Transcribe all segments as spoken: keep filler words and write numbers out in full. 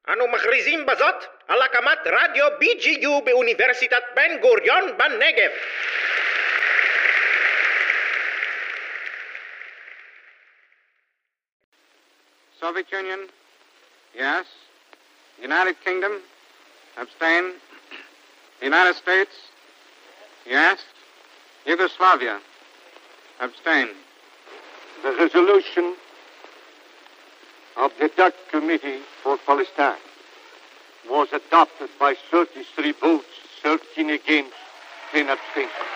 אנו מכריזים בזאת על הקמת רדיו בי ג'י יו באוניברסיטת בן גוריון בנגב. Soviet Union, yes. United Kingdom, abstain. United States, yes. Yugoslavia, abstain. The resolution of the Dutch Committee for Palestine was adopted by thirty-three votes, thirteen against, ten abstentions.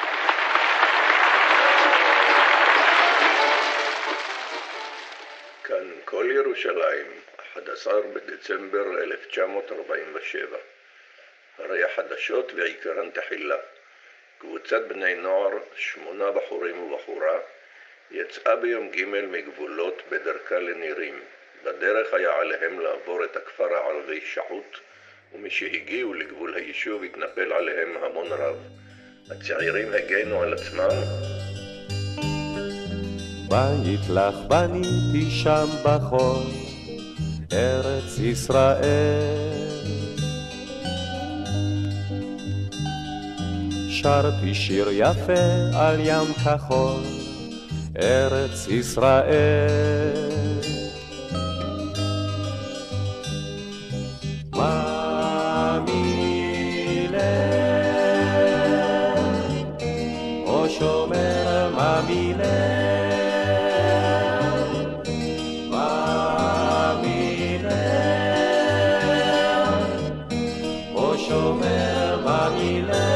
כאן כל ירושלים, אחד עשר בדצמבר אלף תשע מאות ארבעים ושבע. הרי החדשות ועיקרן תחילה. קבוצת בני נוער, שמונה בחורים ובחורה, יצאה ביום ג' מגבולות בדרכה לנירים. בדרך היה עליהם לעבור את הכפר הערבי שחות, ומשהגיעו לגבול היישוב התנפל עליהם המון רב. הצעירים הגנו על עצמם. בית לך בניתי שם בחול, ארץ ישראל. שרתי שיר יפה על ים כחול, ארץ ישראל. מאמילה, או שומר מאמילה, מאמילה, או שומר מאמילה.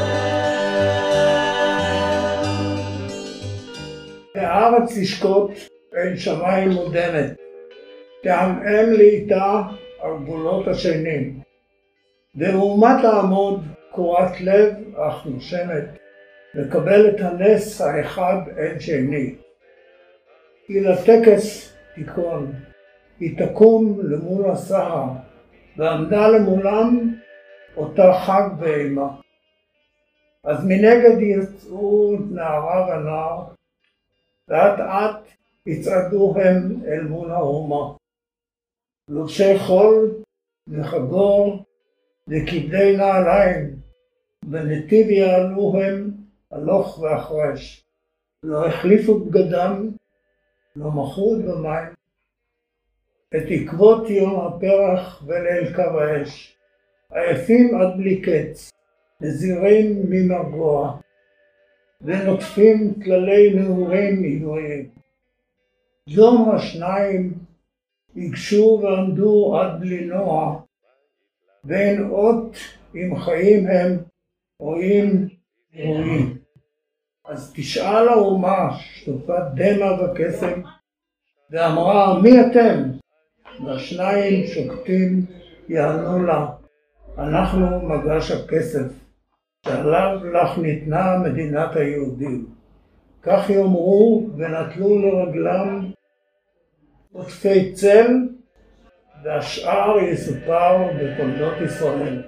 הארץ תשקוט בין שמיים מודמת, תעמעם לאיתה על גבולות השנים. באומה תעמוד קורת לב אך נושמת, לקבל את הנס האחד אין שני. כי לטקס תיכון, היא תקום למול הסהר, ועמדה למולם אותה חג ואימה. אז מנגד יצאו נערה ונער, לאט לאט יצעדו הם אל מול האומה. לובשי חול וחגור וכבדי נעליים, בנתיב יעלו הם הלוך והחרש. לא החליפו בגדם, לא מחו במים, את עקבות יום הפרח וליל קו האש, עייפים עד בלי קץ, נזירים ממרגוע, ונוטפים כללי נעורים עבריים. יום השניים ייגשו ועמדו עד בלי נוע, ואין אות אם חיים הם רואים רואים. אז תשאל האומה שטופת דמע וקסם, ואמרה מי אתם? והשניים שוקטים יענו לה, אנחנו מגש הכסף, שעליו לך ניתנה מדינת היהודים. כך יאמרו ונטלו לרגלם עוטפי צל, והשאר יסופר בתולדות ישראל.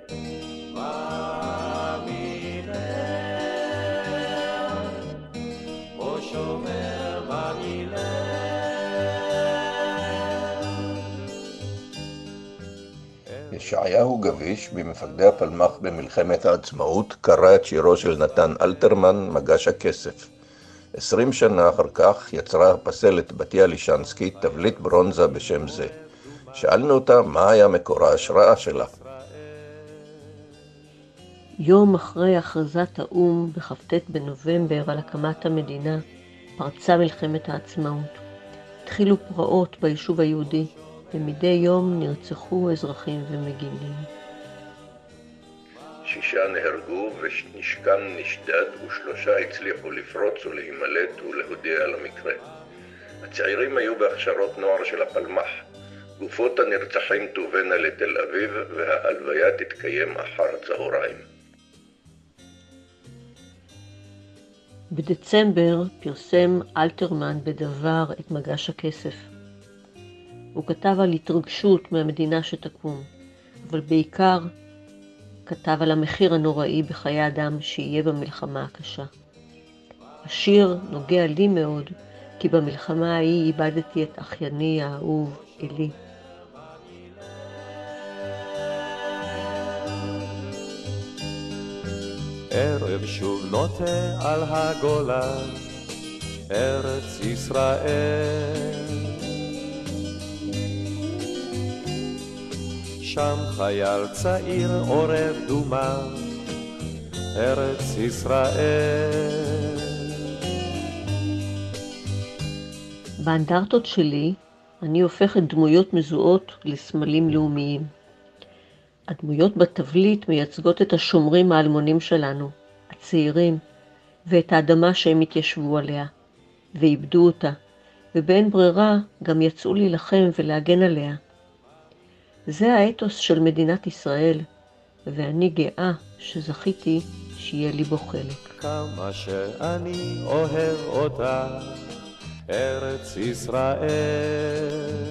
ישעיהו גביש, במפקדי הפלמ"ח במלחמת העצמאות, קרא את שירו של נתן אלתרמן, מגש הכסף. עשרים שנה אחר כך יצרה הפסלת בתיה לישנסקי תבליט ברונזה בשם זה. שאלנו אותה מה היה מקור ההשראה שלה. יום אחרי הכרזת האו"ם בכ"ט בנובמבר על הקמת המדינה, פרצה מלחמת העצמאות. התחילו פרעות ביישוב היהודי, ומדי יום נרצחו אזרחים ומגינים. שישה נהרגו ונשכם נשדד, ושלושה הצליחו לפרוץ ולהימלט ולהודיע על המקרה. הצעירים היו בהכשרות נוער של הפלמ"ח. גופות הנרצחים תובאנה לתל אביב, וההלוויה תתקיים אחר הצהריים. בדצמבר פרסם אלתרמן בדבר את מגש הכסף. הוא כתב על התרגשות מהמדינה שתקום, אבל בעיקר כתב על המחיר הנוראי בחיי אדם שיהיה במלחמה הקשה. השיר נוגע לי מאוד, כי במלחמה ההיא איבדתי את אחייני האהוב אלי. ערב שוב נוטה על הגולה, ארץ ישראל. שם חייל צעיר עורר דומה, ארץ ישראל. באנדרטות שלי אני הופכת דמויות מזוהות לסמלים לאומיים. הדמויות בתבליט מייצגות את השומרים האלמונים שלנו, הצעירים, ואת האדמה שהם התיישבו עליה, ואיבדו אותה, ובאין ברירה גם יצאו להילחם ולהגן עליה. זה האתוס של מדינת ישראל, ואני גאה שזכיתי שיהיה לי בו חלק. כמה שאני אוהב אותה, ארץ ישראל.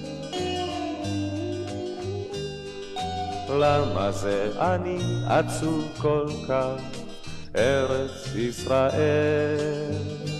למה זה אני עצוב כל כך, ארץ ישראל.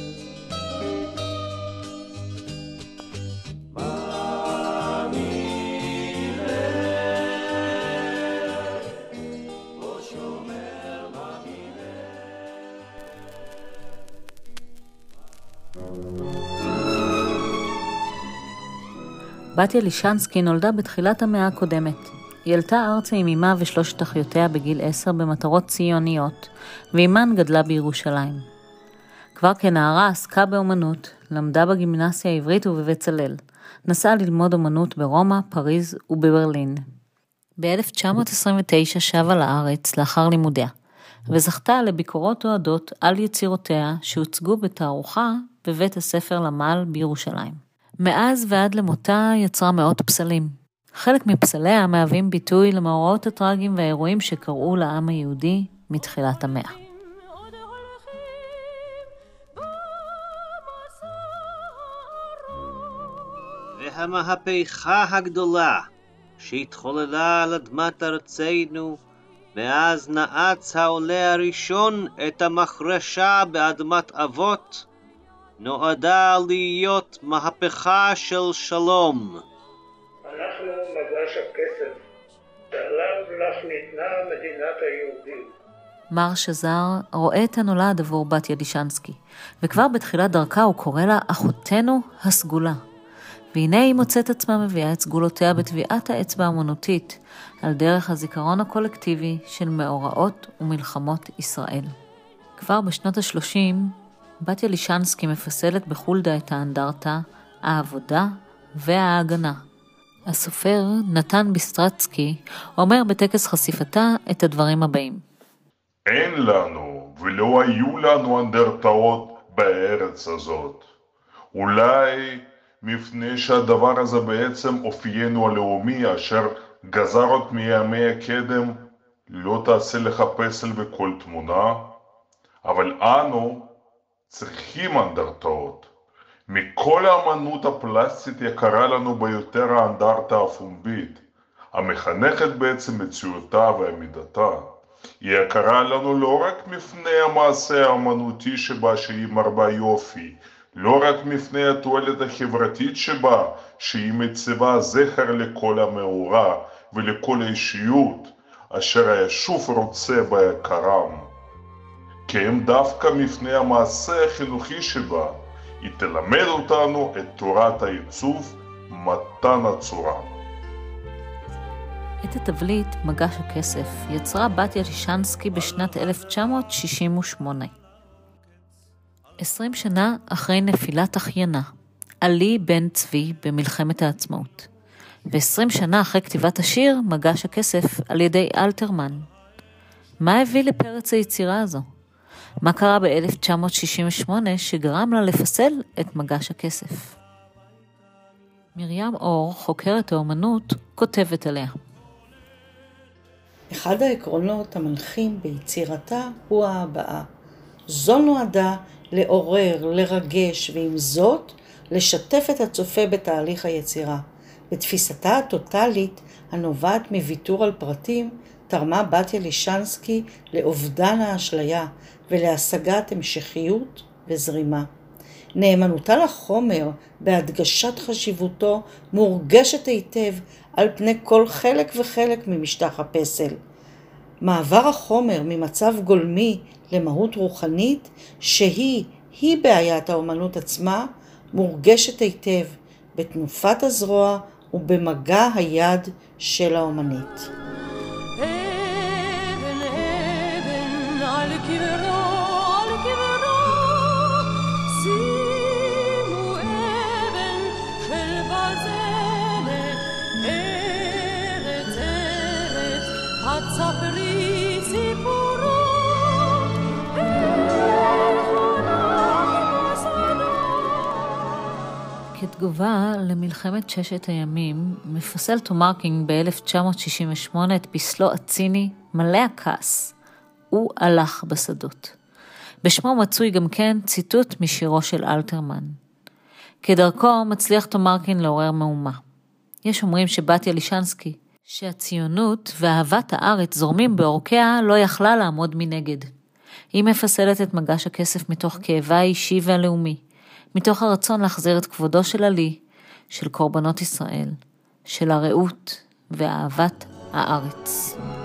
בתיה לישנסקי נולדה בתחילת המאה הקודמת. היא עלתה ארצה עם אמה ושלושת אחיותיה בגיל עשר במטרות ציוניות, ואימן גדלה בירושלים. כבר כנערה עסקה באומנות, למדה בגימנסיה העברית ובבצלאל. נסעה ללמוד אומנות ברומא, פריז ובברלין. ב-אלף תשע מאות עשרים ותשע שבה לארץ לאחר לימודיה, וזכתה לביקורות אוהדות על יצירותיה שהוצגו בתערוכה בבית הספר למעל בירושלים. מאז ועד למותה יצרה מאות פסלים. חלק מפסליה מהווים ביטוי למאורעות הטרגיים והאירועים שקראו לעם היהודי מתחילת המאה. והמהפכה הגדולה שהתחוללה על אדמת ארצנו, מאז נעץ העולה הראשון את המחרשה באדמת אבות, נועדה להיות מהפכה של שלום. אנחנו מגש הכסף, שעליו לך ניתנה מדינת היהודים. מר שזר רואה את הנולד עבור בתיה לישנסקי, וכבר בתחילת דרכה הוא קורא לה אחותנו הסגולה. והנה היא מוצאת עצמה מביאה את סגולותיה בטביעת האצבע האמנותית, על דרך הזיכרון הקולקטיבי של מאורעות ומלחמות ישראל. כבר בשנות ה-שלושים, בתיה לישנסקי מפסלת בחולדה את האנדרטה, העבודה וההגנה. הסופר נתן ביסטרצקי אומר בטקס חשיפתה את הדברים הבאים. אין לנו ולא היו לנו אנדרטאות בארץ הזאת. אולי מפני שהדבר הזה בעצם אופיינו הלאומי אשר גזר עוד מימי הקדם, לא תעשה לך פסל בכל תמונה, אבל אנו צריכים אנדרטאות. מכל האמנות הפלסטית יקרה לנו ביותר האנדרטה הפומבית, המחנכת בעצם מציאותה ועמידתה. היא יקרה לנו לא רק מפני המעשה האמנותי שבה שהיא מרבה יופי, לא רק מפני התועלת החברתית שבה שהיא מציבה זכר לכל המאורע ולכל האישיות אשר הישוב רוצה ביקרם. כי הם דווקא מפני המעשה החינוכי שבה, היא תלמד אותנו את תורת העיצוב, מתן הצורה. את התבליט מגש הכסף יצרה בתיה לישנסקי בשנת אלף תשע מאות שישים ושמונה. עשרים שנה אחרי נפילת אחיינה, עלי בן צבי במלחמת העצמאות, ו-עשרים שנה אחרי כתיבת השיר מגש הכסף על ידי אלתרמן. מה הביא לפרץ היצירה הזו? מה קרה ב-אלף תשע מאות שישים ושמונה שגרם לה לפסל את מגש הכסף? מרים אור, חוקרת האומנות, כותבת עליה. אחד העקרונות המנחים ביצירתה הוא ההבעה. זו נועדה לעורר, לרגש, ועם זאת לשתף את הצופה בתהליך היצירה. בתפיסתה הטוטלית הנובעת מוויתור על פרטים, תרמה בתיה לישנסקי לאובדן האשליה ולהשגת המשכיות וזרימה. נאמנותה לחומר בהדגשת חשיבותו מורגשת היטב על פני כל חלק וחלק ממשטח הפסל. מעבר החומר ממצב גולמי למהות רוחנית, שהיא, היא בעיית האומנות עצמה, מורגשת היטב בתנופת הזרוע ובמגע היד של האומנית. כתגובה למלחמת ששת הימים, מפסל תומרקין ב-אלף תשע מאות שישים ושמונה את פסלו הציני מלא הכעס, הוא הלך בשדות. בשמו מצוי גם כן ציטוט משירו של אלתרמן. כדרכו מצליח תומרקין לעורר מהומה. יש אומרים שבתיה לישנסקי, שהציונות ואהבת הארץ זורמים בעורקיה, לא יכלה לעמוד מנגד. היא מפסלת את מגש הכסף מתוך כאבה האישי והלאומי, מתוך הרצון להחזיר את כבודו של עלי, של קורבנות ישראל, של הרעות ואהבת הארץ.